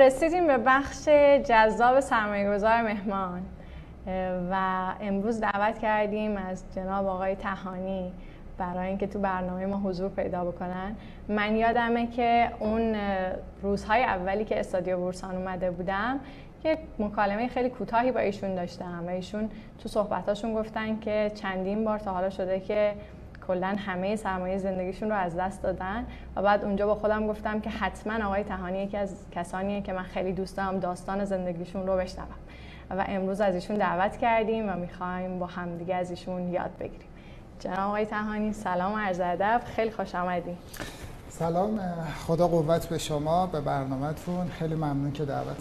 رسیدیم به بخش جذاب سرمایه‌گذار مهمان و امروز دعوت کردیم از جناب آقای طحانی برای اینکه تو برنامه ما حضور پیدا بکنن. من یادمه که اون روزهای اولی که استادیو بورسان اومده بودم که مکالمه خیلی کوتاهی با ایشون داشتم و ایشون تو صحبتاشون گفتن که چندین بار تا حالا شده که کلاً همه سرمایه زندگیشون رو از دست دادن و بعد اونجا با خودم گفتم که حتما آقای طحانی یکی از کسانیه که من خیلی دوست دارم داستان زندگیشون رو بشنوم و امروز از ایشون دعوت کردیم و می‌خوایم با همدیگه از ایشون یاد بگیریم. جناب آقای طحانی سلام و عرض ادب، خیلی خوش آمدید. سلام، خدا قوت به شما، به برنامه‌تون. خیلی ممنون که دعوت.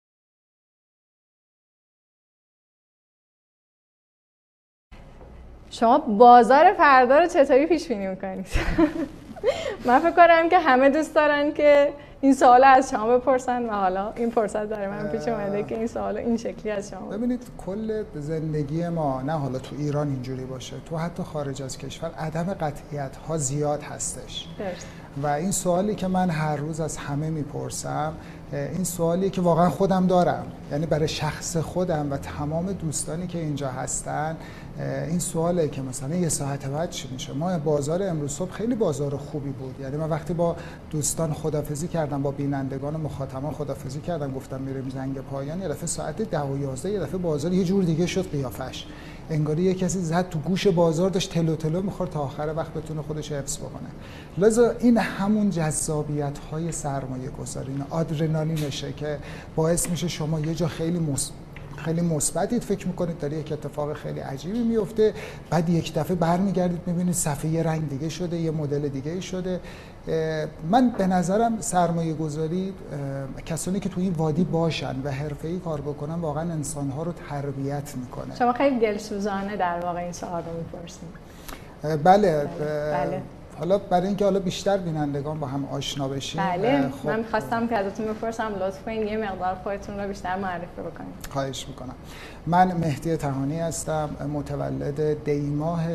شما بازار فردا رو چطوری پیش بینی می‌کنید؟ من فکر کنم که همه دوست دارن که این سوال از شما بپرسن و حالا این فرصت داره من پیش اومده که این سوال این شکلی از شما. ببینید کل زندگی ما، نه حالا تو ایران اینجوری باشه، تو حتی خارج از کشور عدم قطعیت‌ها زیاد هستش. درست. و این سوالی که من هر روز از همه میپرسم، این سوالیه که واقعا خودم دارم، یعنی برای شخص خودم و تمام دوستانی که اینجا هستن این سواله که مثلا یه ساعت بعد چی میشه. ما بازار امروز صبح خیلی بازار خوبی بود، یعنی من وقتی با دوستان خدافظی کردم، با بینندگان و مخاطبان خدافظی کردم، گفتم میریم زنگ پایان، یه دفعه ساعت 10 و 11 یه دفعه بازار یه جور دیگه شد قیافش، انگاری یه کسی زد تو گوش بازار داشت تلو تلو میخورد تا آخر وقت بتونه خودش حفظ بکنه. لذا این همون جذابیت‌های سرمایه‌گذاری، آدرنالینشه که باعث میشه شما یه جا خیلی مثبتید، فکر میکنید داره یک اتفاق خیلی عجیبی میفته، بعد یک دفعه برمیگردید میبینید صفحه یه رنگ دیگه شده، یه مدل دیگه شده. من به نظرم سرمایه گذاری، کسانی که تو این وادی باشن و حرفه‌ای کار بکنن، واقعا انسانها رو تربیت میکنه. شما خیلی دلسوزانه در واقع این سوال رو میپرسید. بله. حالا برای اینکه حالا بیشتر بینندگان با هم آشنا بشیم. بله، من می‌خواستم که ازتون بپرسم لطف کنید یه مقدار خودتون رو بیشتر معرفی بکنید. خواهش میکنم. من مهدی طحانی هستم، متولد دی ماه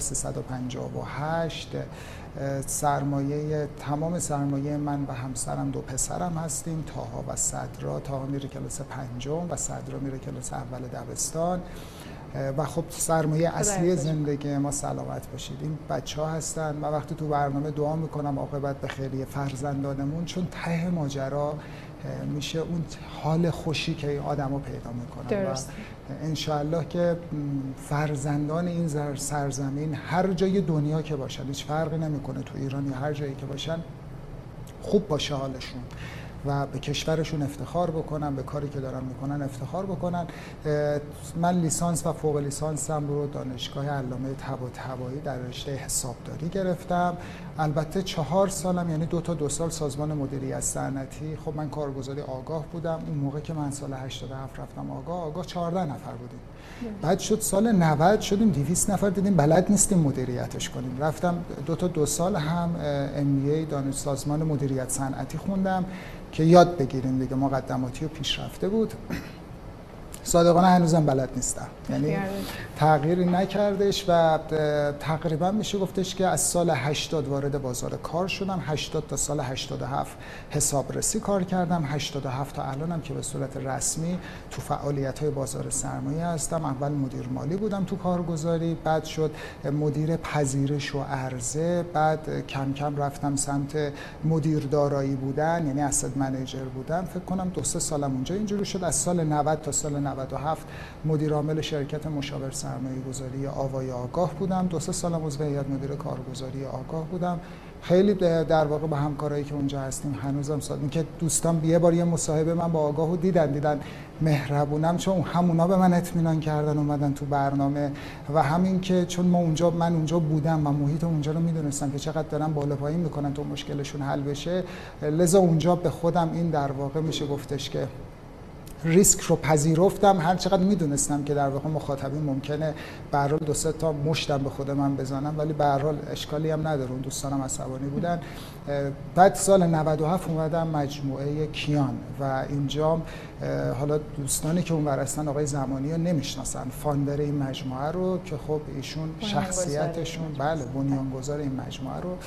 1358. تمام سرمایه من و همسرم دو پسرم هستیم، تاها و صدرا. تاها میره کلاس پنجم و صدرا میره کلاس اول دبستان. و خب سرمایه اصلی زندگی ما سلامت باشید. این بچه ها هستن. من وقتی تو برنامه دعا میکنم عاقبت به خیریه فرزندانمون، چون ته ماجرا میشه اون حال خوشی که این آدم ها پیدا میکنن. درست. و انشاءالله که فرزندان این سرزمین هر جای دنیا که باشن، هیچ فرقی نمیکنه تو ایران یا هر جایی که باشن، خوب باشه حالشون و به کشورشون افتخار بکنن، به کاری که دارن میکنن افتخار بکنن. من لیسانس و فوق لیسانسم رو دانشگاه علامه طباطبایی در رشته حسابداری گرفتم. البته 4 سالم، یعنی 2 تا 2 سال سازمان مدیریت صنعتی. خب من کارگزاری آگاه بودم. اون موقع که من سال 87 رفتم آگاه 14 نفر بودیم. بعد شد سال 90 شدیم 200 نفر، دیدیم بلد نیستیم مدیریتش کنیم. رفتم 2 تا 2 سال هم MBA سازمان مدیریت صنعتی خوندم که یاد بگیریم دیگه، مقدماتی و پیشرفته بود. صادقانه هنوزم بلد نیستم، یعنی تغییری نکردش و تقریبا میشه گفتش که از سال 80 وارد بازار کار شدم. 80 تا سال 87 حسابرسی کار کردم. 87 تا الانم که به صورت رسمی تو فعالیت‌های بازار سرمایه هستم. اول مدیر مالی بودم تو کارگزاری، بعد شد مدیر پذیرش و عرضه، بعد کم کم رفتم سمت مدیر دارایی بودن، یعنی اسید منیجر بودم. فکر کنم 2-3 سالم اونجا اینجوری شد. از سال 90 تا سال 97 مدیر عامل شرکت مشاور سرمایه گذاری آوای آگاه بودم. 2-3 سالم عضو هیئت مدیره کارگزاری آگاه بودم. خیلی در واقع با همکارایی که اونجا هستیم هنوزم این که دوستان یه بار یه مصاحبه من با آگاهو دیدن مهربونم، چون همونا به من اطمینان کردن اومدن تو برنامه، و همین که چون من اونجا بودم و محیط اونجا رو میدونستم که چقدر دارن بالا پایین میکنن تا مشکلشون حل بشه، لذا اونجا به خودم این در واقع میشه گفتش که ریسک رو پذیرفتم. هر چقدر میدونستم که در واقع مخاطبین ممکنه به هر حال 2-3 تا مشتم به خود من بزنم، ولی به هر حال اشکالی هم نداره، اون دوستانم عصبانی بودن. بعد سال 97 اومدم مجموعه کیان و اینجا حالا دوستانی که اونور هستن آقای زمانی رو نمیشناسن، فاندر این مجموعه رو که خب ایشون شخصیتشون بنیانگذار این مجموعه رو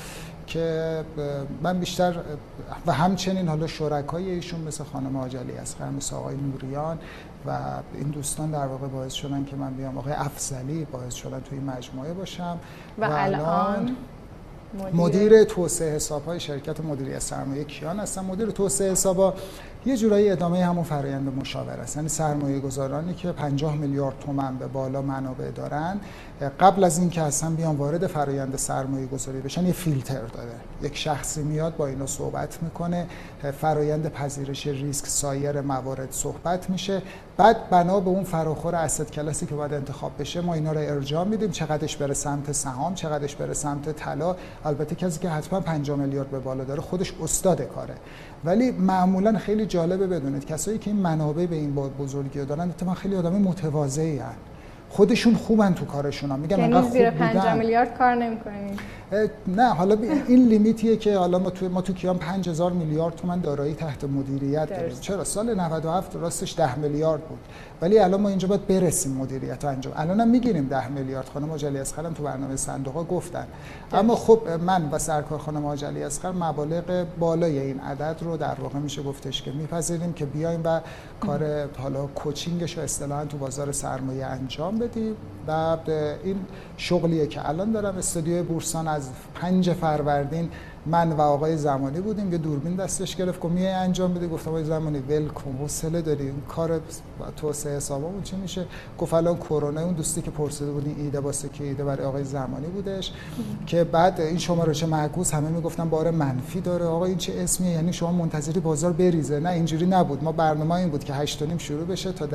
که من بیشتر و همچنین حالا شرکای ایشون مثل خانم حاج علی اصغر، مثل آقای نوریان و این دوستان در واقع باعث شدن که من بیام، آقای افضلی باعث شدن توی مجموعه باشم و الان مدیر توسعه حساب‌های شرکت مدیریت سرمایه کیان هستم. مدیر توسعه حساب‌ها یه جورایی ادامه همون فرآیند مشاوره است، یعنی سرمایه‌گذارانی که 50 میلیارد تومان به بالا منابع دارن، قبل از اینکه اصلا بیان وارد فرآیند سرمایه‌گذاری بشن یه فیلتر داره، یک شخصی میاد با اینا صحبت میکنه، فرآیند پذیرش ریسک، سایر موارد صحبت میشه، بعد بنا به اون فراخور اسید کلاسی که باید انتخاب بشه ما اینا رو ارجاع میدیم، چقدرش بره سمت سهام، چقدرش بره سمت طلا. البته کسی که حتما 50 میلیارد به بالا داره خودش استاد کاره، ولی معمولا خیلی جالبه بدونید کسایی که این منابع به این بزرگی دارن اتفاقا خیلی آدم متواضعی هستن، خودشون خوبن تو کارشون، میگن انقدر خوب زیر بودن 5 میلیارد کار نمی‌کنید. نه حالا این لیمیتیه که حالا ما تو کیان 5000 میلیارد تومان دارایی تحت مدیریت داریم. چرا سال 97 راستش 10 میلیارد بود، ولی الان ما اینجا باید برسیم مدیریت رو انجام. الانم میگیریم 10 میلیارد. خانم حاج علی اصغر تو برنامه صندوق‌ها گفتن. اما خب من و سرکار خانم حاج علی اصغر مبالغ بالای این عدد رو در واقع میشه گفتش که میپذیریم که بیایم و کار حالا کوچینگش رو اصطلاحاً تو بازار سرمایه انجام بدیم. و این شغلیه که الان دارم. استودیوی بورسان از 5 فروردین من و آقای زمانی بودیم، یه دوربین دستش گرفت گفت میای انجام بده. گفتم آقای زمانی ول کن، حوصله داری این کار توسعه حسابمون چی میشه؟ گفت الان کرونا. اون دوستی که پرسیده بود این ایده واسه کی، ایده برای آقای زمانی بودش که بعد این شمارش معکوس همه میگفتن بار منفی داره. آقا این چه اسمیه؟ یعنی شما منتظری بازار بریزه؟ نه اینجوری نبود. ما برنامه این بود که 8:30 شروع بشه تا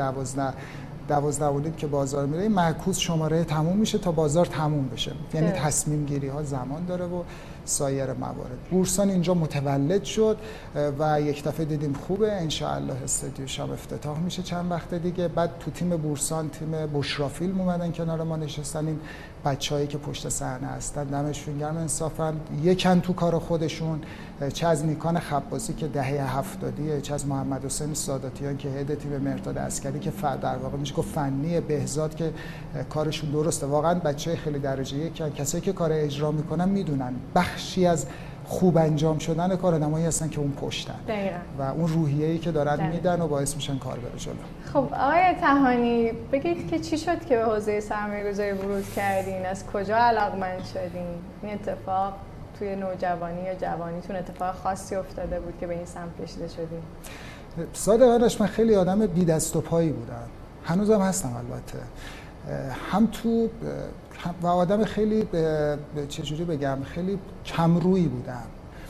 12 که بازار میره، این معکوس شماره تموم میشه تا بازار تموم بشه. یعنی تصمیم گیری ها زمان داره و سایر موارد. بورسان اینجا متولد شد و یک دفعه دیدیم خوبه، انشاءالله استودیوش هم افتتاح میشه چند وقت دیگه. بعد تو تیم بورسان تیم بشرا فیلم اومدن کنار ما نشستن. این بچه‌هایی که پشت صحنه هستن دمشون گرم انصافا، یکن تو کار خودشون، چه از نیکان خباسی که دهه 70، چه از محمد حسین ساداتیان که هد تیم مرداد عسکری که در واقع میشه گفت فنی، بهزاد که کارشون درسته. واقعا بچه‌های خیلی درجه یکن. کسایی که کار اجرا میکنن میدونن بخشی از خوب انجام شدن کار آدمایی هستن که اون پشتن و اون روحیه‌ای که دارن میدن و باعث میشن کار بره جلو. خب آقای طحانی بگید که چی شد که به حوزه سرمایه‌گذاری ورود کردین؟ از کجا علاقمند شدین؟ این اتفاق توی نوجوانی یا جوانیتون اتفاق خاصی افتاده بود که به این سمت کشیده شدین؟ صادقانش من خیلی آدم بی دست و پایی بودم، هنوزم هستم البته، هم تو و آدم خیلی چجوری بگم خیلی کمرویی بودم،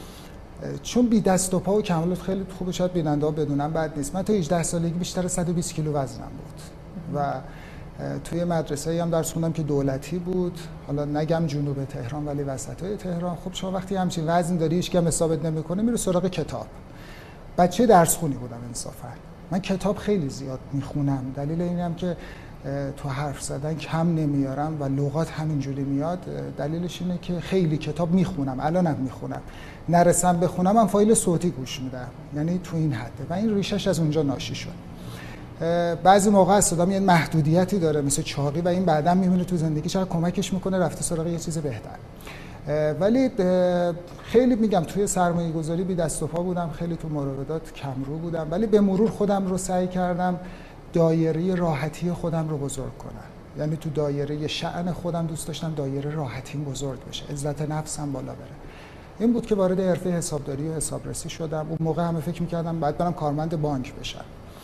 چون بی دست و پا و کمالات خیلی خوبه، شاید بیننده‌ها بدونن بد نیست. من تا 18 سالگی بیشتر 120 کیلو وزنم بود و توی مدرسه‌ای هم درس خوندم که دولتی بود، حالا نگم جنوب تهران ولی وسطای تهران. خب شما وقتی همچین وزن داری هیچ کم حسابت نمی‌کنه، میره سراغ کتاب. بچه درس خونی بودم انصافا. من کتاب خیلی زیاد میخونم، دلیل اینم که تو حرف زدن کم نمیارم و لغات همینجوری میاد. دلیلش اینه که خیلی کتاب میخونم، الانم میخونم، نرسم بخونم من فایل صوتی گوش میدم، یعنی تو این حده و این ریشش از اونجا ناشی شد. بعضی موقع است آدم یه محدودیتی داره مثل چاقی و این بعداً میبینه تو زندگی چقدر کمکش میکنه رفته سراغ یه چیز بهتر. ولی خیلی میگم توی سرمایه گذاری بی دست و پا بودم، خیلی تو مراودات کمرو بودم، ولی به مرور خودم رو سعی کردم دایره راحتی خودم رو بزرگ کنم. یعنی تو دایره شأن خودم دوست داشتم دایره راحتیم بزرگ بشه، عزت نفسم بالا بره. این بود که وارد حرفه حسابداری و حسابرسی شدم. اون موقع همه فکر میکردم باید برم کارمند بانک بشم.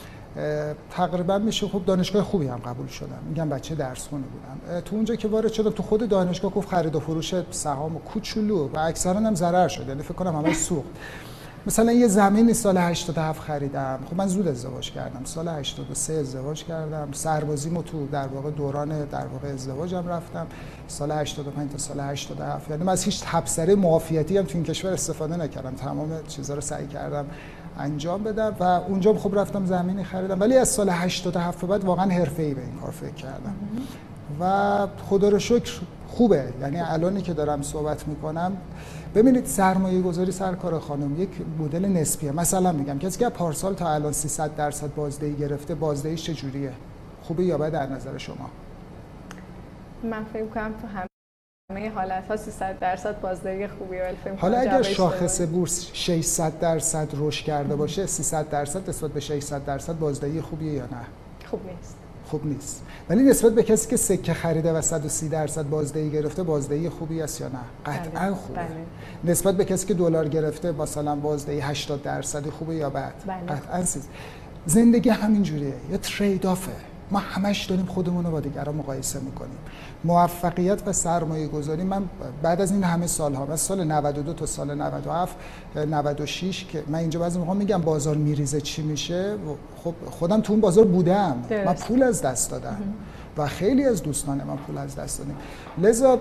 تقریبا میشه خب دانشگاه خوبی هم قبول شدم، میگم بچه درس خونه بودم. تو اونجا که وارد شدم تو خود دانشگاه گفت خرید و فروش سهام کوچولو و اکثرا هم ضرر شد، یعنی فکر کنم همش سوخت. مثلا یه زمینی سال 87 خریدم. خب من زود ازدواج کردم، سال 83 ازدواج کردم، سربازیمو تو در واقع دوران در واقع ازدواجم رفتم، سال 85 تا سال 87. یعنی من از هیچ تبصره معافیتی هم تو این کشور استفاده نکردم، تمام چیزا رو سعی کردم انجام بدم و اونجا خب رفتم زمینی خریدم. ولی از سال 87 بعد واقعا حرفه‌ای به این کار فکر کردم و خدا رو شکر خوبه. یعنی الانی که دارم صحبت میکنم ببینید سرمایه گذاری سرکار خانم یک مدل نسبیه. مثلا میگم کسی که پارسال تا الان 300% بازدهی گرفته، بازدهیش چجوریه؟ خوبه یا بد در نظر شما؟ من فکر کنم تو همه حالت‌ها 300% بازدهی خوبی ولی فکر حالا اگر شاخص بورس 600% رشد کرده باشه 300% نسبت به 600% بازدهی خوبیه یا نه؟ خوب نیست. خوب نیست. ولی نسبت به کسی که سکه خریده و 130% بازدهی گرفته بازدهی خوبی است یا نه؟ قطعا خوبه. نسبت به کسی که دلار گرفته مثلا بازدهی 80% خوبه یا بد؟ قطعا نیست. زندگی همین جوریه، یه ترید آفه. ما همش داریم خودمون رو با دیگران مقایسه میکنیم. موفقیت و سرمایه گذاری، من بعد از این همه سالها، از سال 92 تا سال 97 96 که من اینجا بعضی موقع میگم بازار میریزه چی میشه، خب خودم تو اون بازار بودم. من پول از دست دادم و خیلی از دوستان من پول از دست دادیم. لذا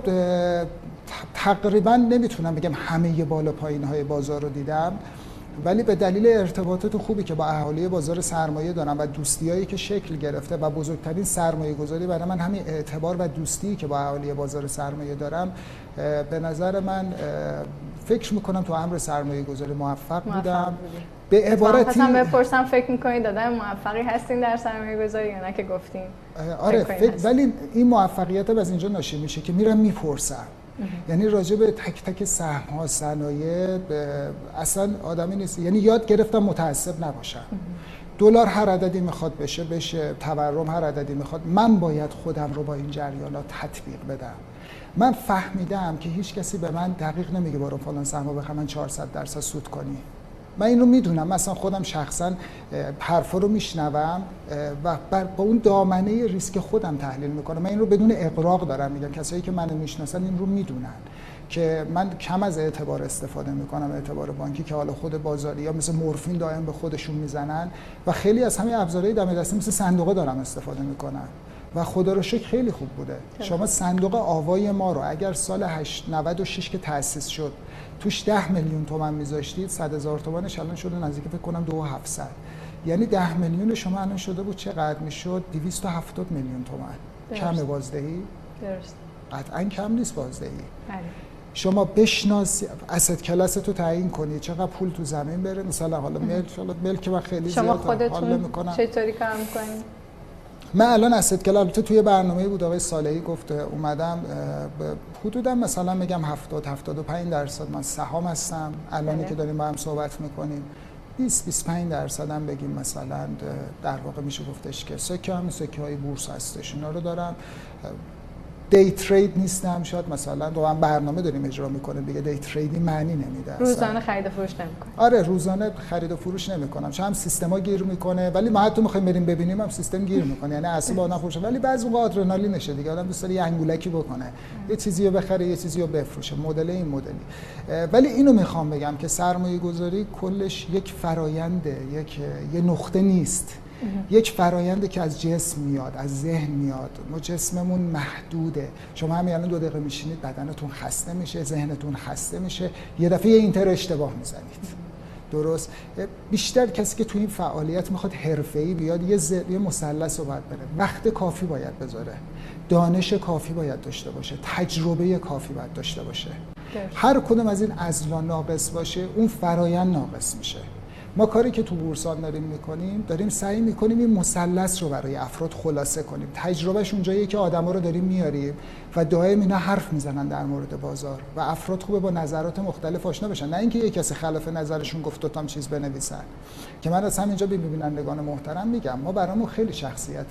تقریبا نمیتونم بگم همه بالا پایین های بازار رو دیدم، ولی به دلیل ارتباطات خوبی که با اهالی بازار سرمایه دارم و دوستیایی که شکل گرفته و بزرگترین سرمایه گذاری برای من همین اعتبار و دوستی که با اهالی بازار سرمایه دارم، به نظر من فکر میکنم تو امر سرمایه گذاری موفق بودم. به عبارتی بپرسم فکر میکنید آدم موفقی هستین در سرمایه گذاری یا نه که گفتین؟ آره ولی این موفقیت از اینجا ناشی میشه که میرم میپرسم. یعنی راجع به تک تک سهم ها صنایع اصلا آدمی نیست، یعنی یاد گرفتم متعصب نباشم. دلار هر عددی میخواد بشه، تورم هر عددی میخواد، من باید خودم رو با این جریانات تطبیق بدم. من فهمیدم که هیچ کسی به من دقیق نمیگه برو فلان سهم بخر من 400% سود کنی. من این رو میدونم، مثلا خودم شخصا حرفا رو میشنوم و با اون دامنه ریسک خودم تحلیل میکنم. من این رو بدون اغراق دارم میگم. کسایی که منو میشناسن این رو میدونن که من کم از اعتبار استفاده میکنم، اعتبار بانکی که حالا خود بازاری ها مثل مورفین دائم به خودشون میزنن و خیلی از همین ابزارهای دم دستی مثل صندوقه دارم استفاده میکنم و خدا رو شکر خیلی خوب بوده. شما صندوق آوای ما رو اگر سال 96 که تأسیس شد توش 10 میلیون تومان میذاشتید، 100,000 تومانش الان شده نزدیک فکر کنم 2700. یعنی 10 میلیون شما الان شده بود چقدر میشد؟ 270 میلیون تومان. کم بازدهی؟ درست. قطعا کم نیست بازدهی. بله. شما بشناسی اسید کلاس تو تعیین کنی چقدر پول تو زمین بره، مثلا حالا ملک من خیلی زیاد حال نمی‌کنم. چطوری کار می‌کنید؟ من الان اسید کلاس البته توی برنامه‌ای بود آقای صالحی گفت اومدم حدودا مثلا میگم 70-75% من سهام هستم الانی که داریم با هم صحبت می‌کنیم. 20-25% هم بگیم مثلا در واقع میشه گفتش که سکه‌های بورس هستش، اینا رو دارم. دی ترید نیستم، شاید مثلا واقعا برنامه داریم اجرا میکنیم دیگه، دی تریدی معنی نمیده. روزانه خرید و فروش نمیکنم. آره روزانه خرید و فروش نمیکنم، چون هم سیستما گیر میکنه، ولی ما حتی میخوایم بریم ببینیم هم سیستم گیر میکنه، یعنی اصلا آدم خوشه، ولی بعضی موقع آدرنالینشه دیگه، آدم دوست داره یه انگولکی بکنه، یه چیزی رو بخره یه چیزی رو بفروشه، مدل این مدلی. ولی اینو میخوام بگم که سرمایه گذاری کلش یک فراینده، یه نقطه نیست، یک فراینده که از جسم میاد، از ذهن میاد. ما جسممون محدوده. شما همین الان 2 دقیقه میشینید بدنتون خسته میشه، ذهنتون خسته میشه، یه دفعه اینتر اشتباه میزنید. درست؟ بیشتر کسی که تو این فعالیت میخواد حرفه‌ای بیاد یه مثلث رو باید بره. وقت کافی باید بذاره. دانش کافی باید داشته باشه. تجربه کافی باید داشته باشه. هر کدوم از این عضلا ناقص باشه، اون فرایند ناقص میشه. ما کاری که تو بورسان داریم میکنیم، داریم سعی میکنیم این مثلث رو برای افراد خلاصه کنیم. تجربهش اونجاییه که آدما رو داریم میاریم و دائم اینا حرف میزنن در مورد بازار و افراد خوبه با نظرات مختلف آشنا بشن، نه اینکه یک کسی خلاف نظرشون گفت دو تام چیز بنویسن. که من از همینجا به بینندگان محترم میگم ما برامون خیلی شخصیت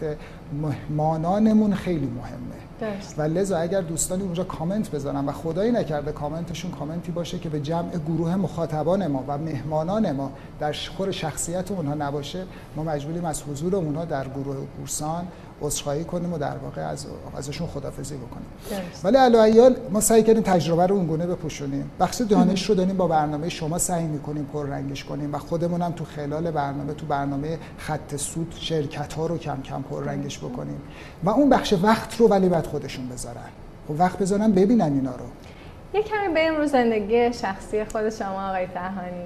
مهمانانمون خیلی مهمه. و لذا اگر دوستانی اونجا کامنت بذارن و خدایی نکرده کامنتشون کامنتی باشه که به جمع گروه مخاطبان ما و مهمانان ما در خور شخصیت اونها نباشه، ما مجبوریم از حضور اونها در گروه بورسان عذرخواهی کنیم و در واقع ازشون خداحافظی بکنیم. ولی علی‌الحال ما سعی کردیم تجربه رو اونگونه بپوشونیم. بخش دانش رو داریم با برنامه شما سعی می‌کنیم پررنگش کنیم و خودمون هم تو خلال برنامه تو برنامه خط سود شرکت‌ها رو کم کم پررنگش بکنیم و اون بخش وقت رو ولی بعد خودشون بذارن. خب وقت بذارن ببینن اینا رو. یه کمی بریم رو زندگی شخصی خود شما آقای طحانی.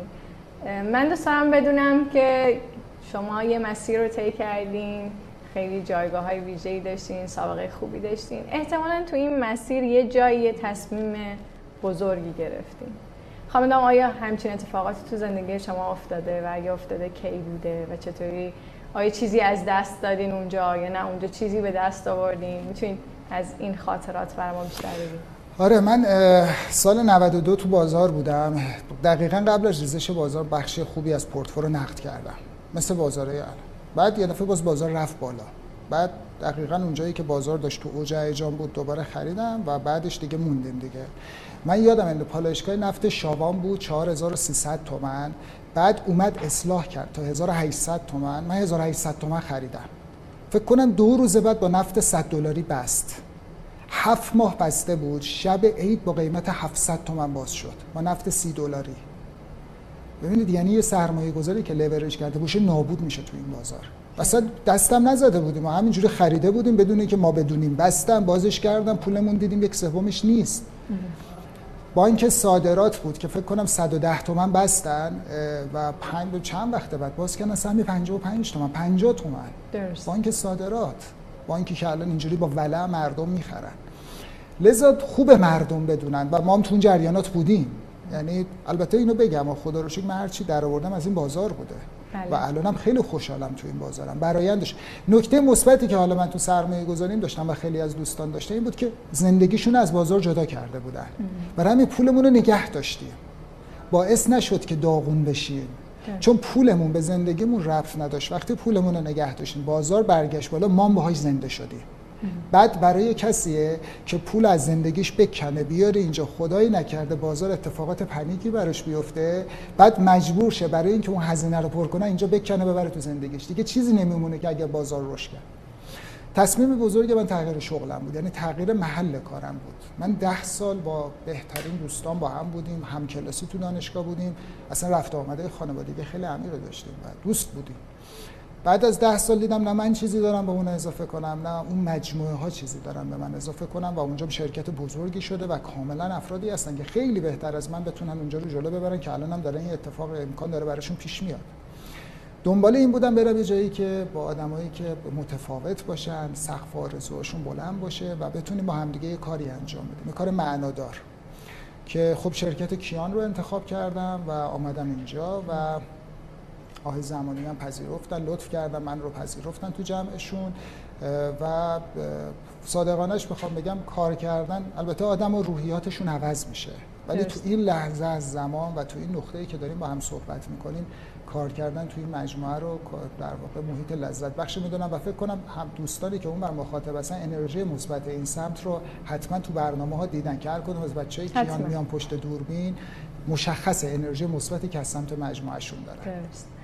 من دوست دارم بدونم که شما یه مسیر رو طی کردین، خیلی جایگاه‌های ویژه‌ای داشتین، سابقه خوبی داشتین. احتمالاً تو این مسیر یه جایی تصمیم بزرگی گرفتین. خواهم بدونم آیا همچین اتفاقاتی تو زندگی شما افتاده و اگه افتاده کی بوده و چطوری؟ آیا چیزی از دست دادین اونجا یا نه اونجا چیزی به دست آوردین؟ میتونید از این خاطرات برام بیشتر بگید؟ آره من سال 92 تو بازار بودم، دقیقاً قبل از ریزش بازار بخش خوبی از پورتفولیو نقد کردم مثل بازارهای الان. بعد یه دفعه باز بازار رفت بالا، بعد دقیقاً اونجایی که بازار داشت تو اوج هیجان بود دوباره خریدم و بعدش دیگه موندیم دیگه. من یادم این پالایشگاه نفت شابان بود 4300 تومان، بعد اومد اصلاح کرد تا 1800 تومان، من 1800 تومان خریدم. فکر کنم 2 روز بعد با نفت $100 بست. 7 ماه بسته بود، شب عید با قیمت 700 تومان باز شد با نفت $30. ببینید یعنی یه سرمایه گذاری که لیورج کرده باشه نابود میشه تو این بازار. اصلا دستم نزده بودیم، ما همینجوری خریده بودیم بدون اینکه ما بدونیم، بستم بازش کردم پولمون دیدیم 1/3 نیست. بانک صادرات بود که فکر کنم 110 تومان بستن و چند وقت بعد باز کردن سهمی 55 تومان 50 تومان. بانک صادرات، بانکی که الان اینجوری با ولع مردم میخرن. لذا خوب مردم بدونن و ما هم تو اون جریانات بودیم. یعنی البته اینو بگم خدا رو شکر من هر چی درآوردم از این بازار بوده. و الانم خیلی خوشحالم تو این بازارم. برآیندش نکته مثبتی که حالا من تو سرمایه گذاریم داشتم و خیلی از دوستان داشتن این بود که زندگیشون از بازار جدا کرده بودن. برای همین پولمون رو نگه داشتیم. باعث نشد که داغون بشیم. چون پولمون به زندگیمون ربط نداشت. وقتی پولمون رو نگه داشتیم بازار برگشت بالا ما باهاش زنده شدیم. بعد برای کسیه که پول از زندگیش بکنه بیاره اینجا، خدایی نکرده بازار اتفاقات پنیکی براش بیفته، بعد مجبور شه برای اینکه اون هزینه رو پر کنه اینجا بکنه ببره تو زندگیش. دیگه چیزی نمیمونه که اگه بازار رشد کرد. تصمیم بزرگ من تغییر شغلم بود، یعنی تغییر محل کارم بود. من 10 سال با بهترین دوستان با هم بودیم، هم کلاسی تو دانشگاه بودیم، اصلا رفت آمده خانوادگی خیلی عمیق داشتیم و دوست بودیم. بعد از 10 سال دیدم نه من چیزی دارم به اون اضافه کنم نه اون مجموعه ها چیزی دارن به من اضافه کنم و اونجا شرکت بزرگی شده و کاملا افرادی هستن که خیلی بهتر از من بتونن اونجا رو جلو ببرن که الانم داره این اتفاق امکان داره براشون پیش میاد. دنبال این بودم برم یه جایی که با آدمایی که متفاوت باشن، سقف آرزوهاشون بلند باشه و بتونیم با همدیگه یه کاری انجام بدیم، یه کار معنادار. که خب شرکت کیان رو انتخاب کردم و آمدم اینجا و آقای زمانی هم پذیرفتن، لطف کردن من رو پذیرفتن تو جمعشون و صادقانه‌اش بخوام بگم کار کردن البته آدم و روحیاتشون عوض میشه، ولی تو این لحظه از زمان و تو این نقطه‌ای که داریم با هم صحبت میکنیم کار کردن تو این مجموعه رو در واقع محیط لذت بخش میدونم و فکر کنم هم دوستانی که اون بر مخاطب هستن انرژی مثبت این سمت رو حتما تو برنامه‌ها دیدن که هر کدوم از بچه‌ای کیان میان پشت دوربین مشخصه انرژی مثبتی که از سمت مجموعهشون داره.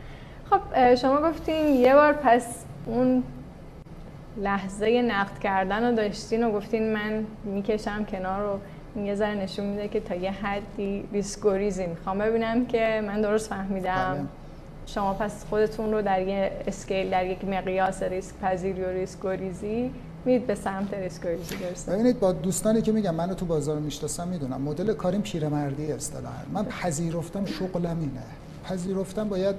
خب شما گفتین یه بار پس اون لحظه نقد کردن رو داشتین و گفتین من میکشم کنار رو، این یه ذره نشون میده که تا یه حدی ریسک‌گریزی میخوام ببینم که من درست فهمیدم. بله. شما پس خودتون رو در یه اسکیل، در یک مقیاس ریسک پذیری و ریسک‌گریزی میید به سمت ریسک‌گریزی درسته؟ ببینید با دوستانی که میگم منو تو بازار میشناسم میدونم مدل کاریم پیرمردی اصطلاحاً. من پذیرفتم شغلم اینه. پذیرفتم باید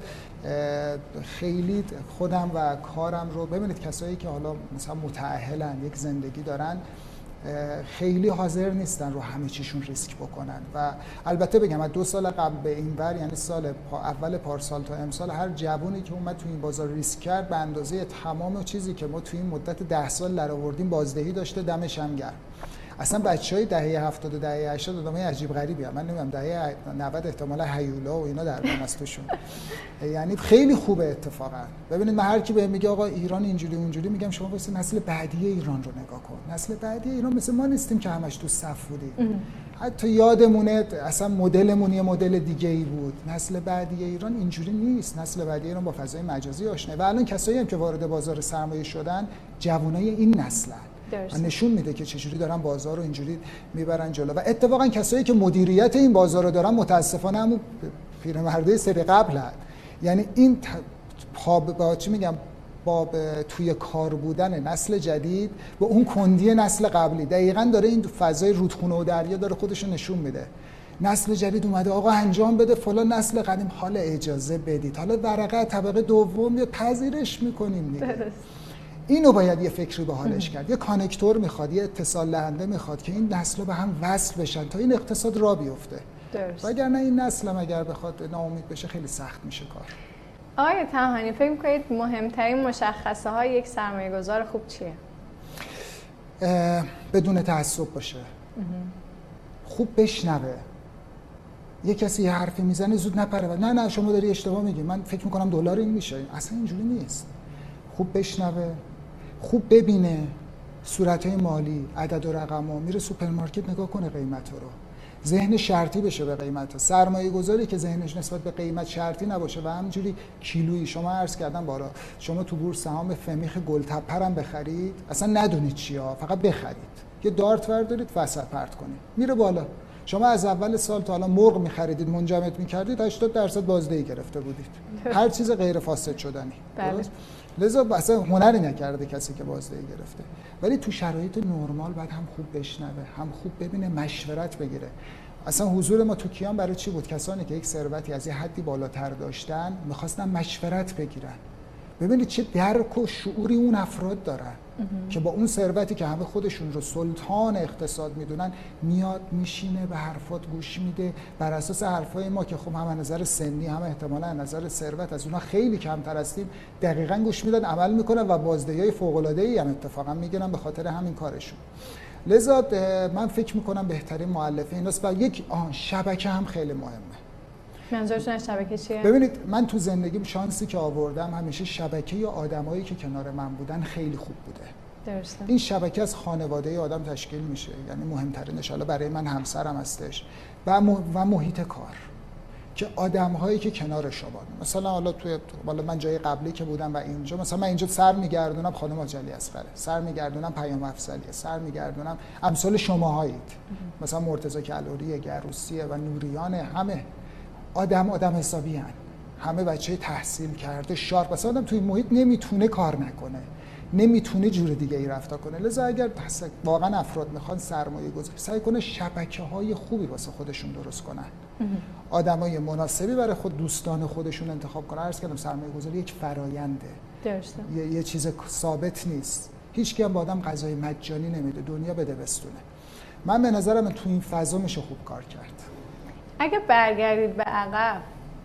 خیلی خودم و کارم رو ببینید کسایی که حالا مثلا متأهلن یک زندگی دارن خیلی حاضر نیستن رو همه چیشون ریسک بکنن و البته بگم از 2 سال قبل به این ور یعنی سال اول پارسال تا امسال هر جوونی که اومد تو این بازار ریسک کرد به اندازه تمام چیزی که ما تو این مدت 10 سال درآوردیم بازدهی داشته، دمش هم گرم. اصلا بچهای دهه 70 و دهه 80 آدمای عجیب غریبی هم. من نمیدونم دهه 90 احتمالاً هیولا و اینا در من از توشون. یعنی خیلی خوبه اتفاقا. ببینید من هر کی بهم میگه آقا ایران اینجوری اونجوری میگم شما واسه نسل بعدی ایران رو نگاه کن. نسل بعدی ایران مثل ما نیستیم که همش تو صف بودیم. حتی یادمونه اصلا مدلمون یه مدل دیگه ای بود. نسل بعدی ایران اینجوری نیست. نسل بعدی ایران با فضای مجازی آشناه و الان کسایی هم که وارد بازار سرمایه شدن جوانای این نسلن. و نشون میده که چجوری دارن بازار رو اینجوری میبرن جلو و اتفاقا کسایی که مدیریت این بازار رو دارن متاسفانه همون پیرمردای سری قبل هست. یعنی این با چی میگم با توی کار بودن نسل جدید و اون کندی نسل قبلی دقیقاً داره این فضای رودخونه و دریا داره خودش رو نشون میده. نسل جدید اومده آقا انجام بده فلان، نسل قدیم حالا اجازه بدید، حالا ورقه طبقه دوم یا پذیرش میکنیم دیگه. اینو باید یه فکری به حالش کرد. یه کانکتور میخواد، یه اتصال دهنده میخواد که این نسل‌ها به هم وصل بشن تا این اقتصاد راه بیفته. وگرنه این نسل هم اگر بخواد ناامید بشه خیلی سخت میشه کار. آقای طحانی فکر می‌کنید مهمترین مشخصه های یک سرمایه‌گذار خوب چیه؟ بدون تعصب باشه. خوب بشنوه. یه کسی یه حرفی میزنه زود نپره و نه شما داری اشتباه میگی، من فکر میکنم دلار این میشه. اصلا اینجوری نیست. خوب بشنوه، خوب ببینه صورتهای مالی، عدد و رقم‌ها، میره سوپرمارکت نگاه کنه قیمت رو، ذهن شرطی بشه به قیمت. سرمایه گذاری که ذهنش نسبت به قیمت شرطی نباشه و همینجوری کیلویی، شما عرض کردم بارا، شما تو بورس سهام فمیخ گلتپر هم بخرید، اصلا ندونید چیه، فقط بخرید، یه دارت وردارید وسط پرت کنید میره بالا. شما از اول سال تا الان مرغ می‌خریدید، منجمد می‌کردید، 80% بازدهی گرفته بودید. هر چیز غیر فاسد شدنی. درست؟ لذا اصلا هنری نکرده کسی که بازدهی گرفته. ولی تو شرایط نرمال باید هم خوب بشنوه، هم خوب ببینه، مشورت بگیره. اصلا حضور ما تو کیان برای چی بود؟ کسانی که یک ثروتی از یه حدی بالاتر داشتن می‌خواستن مشورت بگیرن. ببینید چه درک و شعوری اون افراد دارن که با اون ثروتی که همه خودشون رو سلطان اقتصاد میدونن، میاد میشینه به حرفات گوش میده، بر اساس حرفای ما که خب هم از نظر سنی هم احتمالاً از نظر ثروت از اونها خیلی کمتر هستیم، دقیقاً گوش میدن، عمل میکنن و بازدهی‌های فوق‌العاده‌ای هم اتفاقا میگیرن به خاطر همین کارشون. لذا من فکر میکنم بهترین مؤلفه ایناست. و یک شبکه هم خیلی مهمه. منظورتون از شبکه چیه؟ ببینید من تو زندگیم شانسی که آوردم همیشه شبکه یا آدمایی که کنار من بودن خیلی خوب بوده. درسته. این شبکه از خانواده آدم تشکیل میشه، یعنی مهمترینش حالا برای من همسرم هستش و محیط کار که آدم‌هایی که کنار شما. مثلا حالا من جای قبلی که بودم و اینجا، مثلا من اینجا سر میگردونم خانم آجلی اصغر، سر میگردونم پیام افضلی، سر میگردونم امثال شماهایید، مثلا مرتضی کلوری، گروسیه و نوریان، همه آدم حسابی هن. همه بچه تحصیل کرده، شارپ. مثلا آدم توی محیط نمیتونه کار نکنه، نمیتونه جور دیگه ای رفتار کنه. لذا اگر واقعا افراد میخوان سرمایه گذاری، سعی کنه شبکه های خوبی واسه خودشون درست کنن، آدمای مناسبی برای دوستان خودشون انتخاب کنن. عرض کردم سرمایه گذاری یک فراینده، درسته، یه چیز ثابت نیست. هیچ کی هم با آدم غذای مجانی نمیده، دنیا بده بستونه. من به نظرم تو این فضا میشه خوب کار کرد. اگه برگردید به عقب،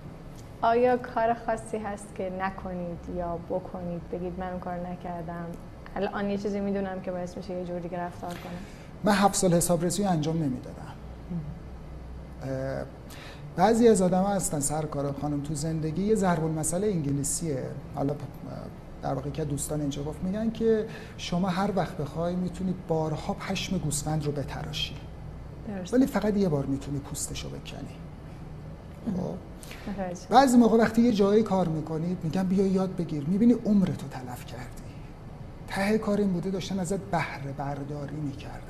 آیا کار خاصی هست که نکنید یا بکنید بگید من اون کار نکردم، الان یه چیزی میدونم که باعث میشه یه جور دیگه رفتار کنم؟ من 7 سال حسابرسی انجام نمیدادم. بعضی از آدم‌ها هستن سرکار خانم تو زندگی یه ضرب المثل انگلیسیه، حالا در واقع که دوستان اینجا گفت، میگن که شما هر وقت بخوای میتونی بارها پشم گوسفند رو بتراشی، ولی فقط یه بار میتونی پوستشو بکنی. بعضی موقع وقتی یه جایی کار میکنید میگن بیا یاد بگیر، میبینی عمرتو تلف کردی. ته کار این بوده داشتن ازت بهره برداری میکردن،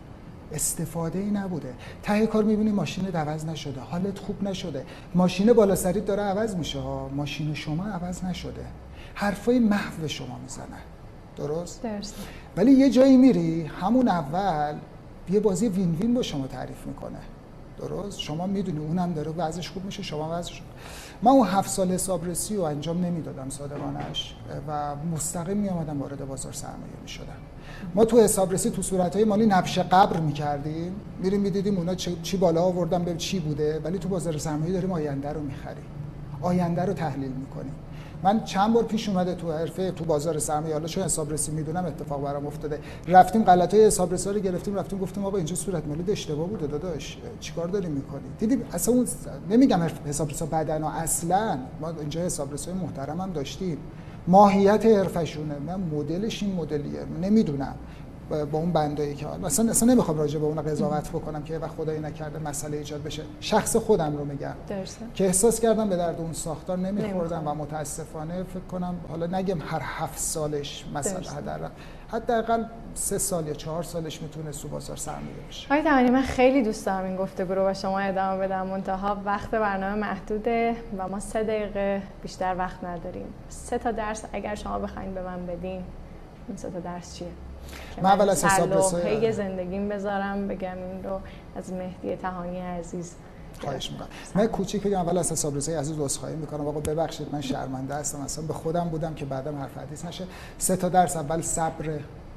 استفاده ای نبوده. ته کار میبینی ماشینت عوض نشده، حالت خوب نشده، ماشین بالا سریت داره عوض میشه ها، ماشین شما عوض نشده، حرفای محو شما میزنن. درست؟ ولی یه جایی میری همون اول یه بازی وین وین با شما تعریف میکنه. درست؟ شما میدونی اونم داره وضعش خوب میشه، شما وضعش. من اون 7 سال حسابرسی رو انجام نمیدادم صادقانش و مستقیم میامدم وارد بازار سرمایه میشدم. ما تو حسابرسی تو صورتهای مالی نبش قبر میکردیم، میریم میدیدیم اونا چی بالا آوردن به چی بوده، ولی تو بازار سرمایه داریم آینده رو میخریم، آینده رو تحلیل میکنیم. من چند بار پیش اومده تو حرفه تو بازار سرمایه، حالا چون حسابرسی میدونم اتفاق برام افتاده، رفتیم غلطای حسابرسی رو گرفتیم، رفتیم گفتیم آقا اینجا صورت مالی اشتباه بوده داداش، چیکار داریم میکنی؟ دیدیم اصلا اون نمیگم حسابرسی بدن اصلا، ما اینجا حسابرسی محترم هم داشتیم، ماهیت حرفشونه، من مدلش این مدلیه نمیدونم با اون بندایی که اصلا نمیخوام راجع به اون قضاوت بکنم که وقت خدایی نکرده مسئله ایجاد بشه. شخص خودم رو میگم که احساس کردم به درد اون ساختار نمیخوردم و متاسفانه فکر کنم حالا نگم هر 7 سالش مثلا حداقل 3 سال یا 4 سالش میتونه تو بازار سرمایه بشه. آقای تهانی، من خیلی دوست دارم این گفتگو رو با شما ادامه بدم، منتها وقت برنامه محدوده و ما 3 دقیقه بیشتر وقت نداریم. 3 تا درس اگر شما بخواید به من بدین، این 3 تا درس چیه؟ من اول از حسابرسی زندگیم بذارم بگم این رو از مهدی تهانی عزیز. خواهش میکنم. من کوچیک بگم اول از حسابرسی عزیز عذرخواهی میکنم، آقا ببخشید من شرمنده هستم، اصلا به خودم بودم که بعدم حرف حدیث نشه. 3 تا درس، اول صبر،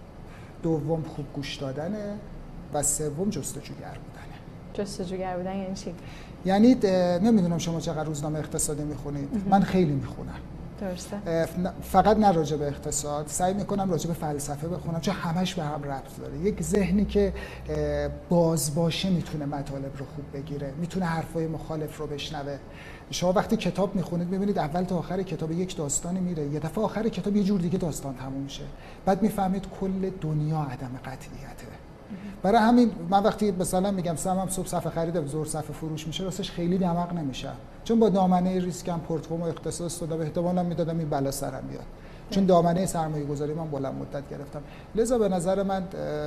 دوم خوب گوش دادنه و سوم جستجوگر بودنه. جستجوگر بودن یعنی چی؟ یعنی نمیدونم شما چقدر روزنامه اقتصادی میخونید، من خیلی میخونم. درسته. فقط نه راجع به اقتصاد، سعی میکنم راجع به فلسفه بخونم چون همش به هم ربط داره. یک ذهنی که باز باشه میتونه مطالب رو خوب بگیره، میتونه حرفای مخالف رو بشنوه. شما وقتی کتاب میخونید میبینید اول تا آخر کتاب یک داستانی میره، یه دفعه آخر کتاب یه جور دیگه داستان تموم میشه، بعد میفهمید کل دنیا عدم قطعیته. برای همین من وقتی مثلا میگم سهمم صبح صفحه خرید ظهر صفحه فروش میشه، راستش خیلی دماغ نمیشه، چون با دامنه ریسکم پورتفولیو اختصاص دادم، احتمالاً میدادم این بلا سرم بیاد، چون دامنه سرمایه گذاری من بلند مدت گرفتم. لذا به نظر من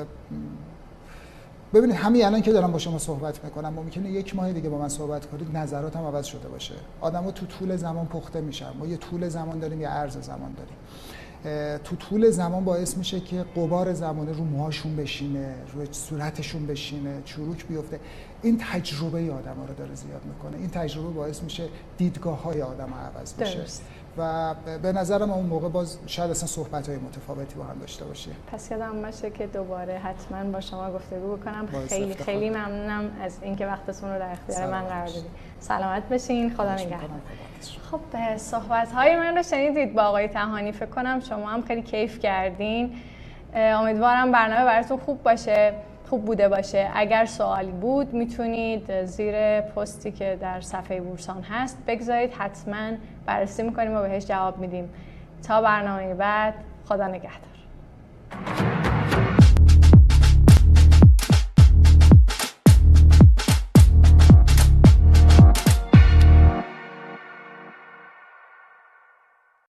ببینید همین الان که دارم با شما صحبت میکنم ممکنه یک ماه دیگه با من صحبت کنید نظراتم عوض شده باشه. آدم‌ها تو طول زمان پخته میشن، ما یه طول زمان داریم یه عرض زمان داریم. تو طول زمان باعث میشه که غبار زمانه رو موهاشون بشینه، رو صورتشون بشینه، چروک بیفته. این تجربه آدم‌ها رو داره زیاد میکنه. این تجربه باعث میشه دیدگاه‌های آدم‌ها عوض بشه. و به نظرم اون موقع باز شاید اصلا صحبت‌های متفاوتی با هم داشته باشیم. پس یادم باشه که دوباره حتما با شما گفتگو بکنم. خیلی خیلی ممنونم از اینکه وقتتون رو در اختیار من قرار دادید. سلامت بشین. خدا نگهدار. خب صحبت‌های من رو شنیدید با آقای طحانی، فکر کنم شما هم خیلی کیف کردین. امیدوارم برنامه براتون خوب بوده باشه. اگر سوالی بود میتونید زیر پستی که در صفحه بورسان هست بگذارید، حتما بررسی میکنیم و بهش جواب میدیم. تا برنامه بعد، خدا نگهدار.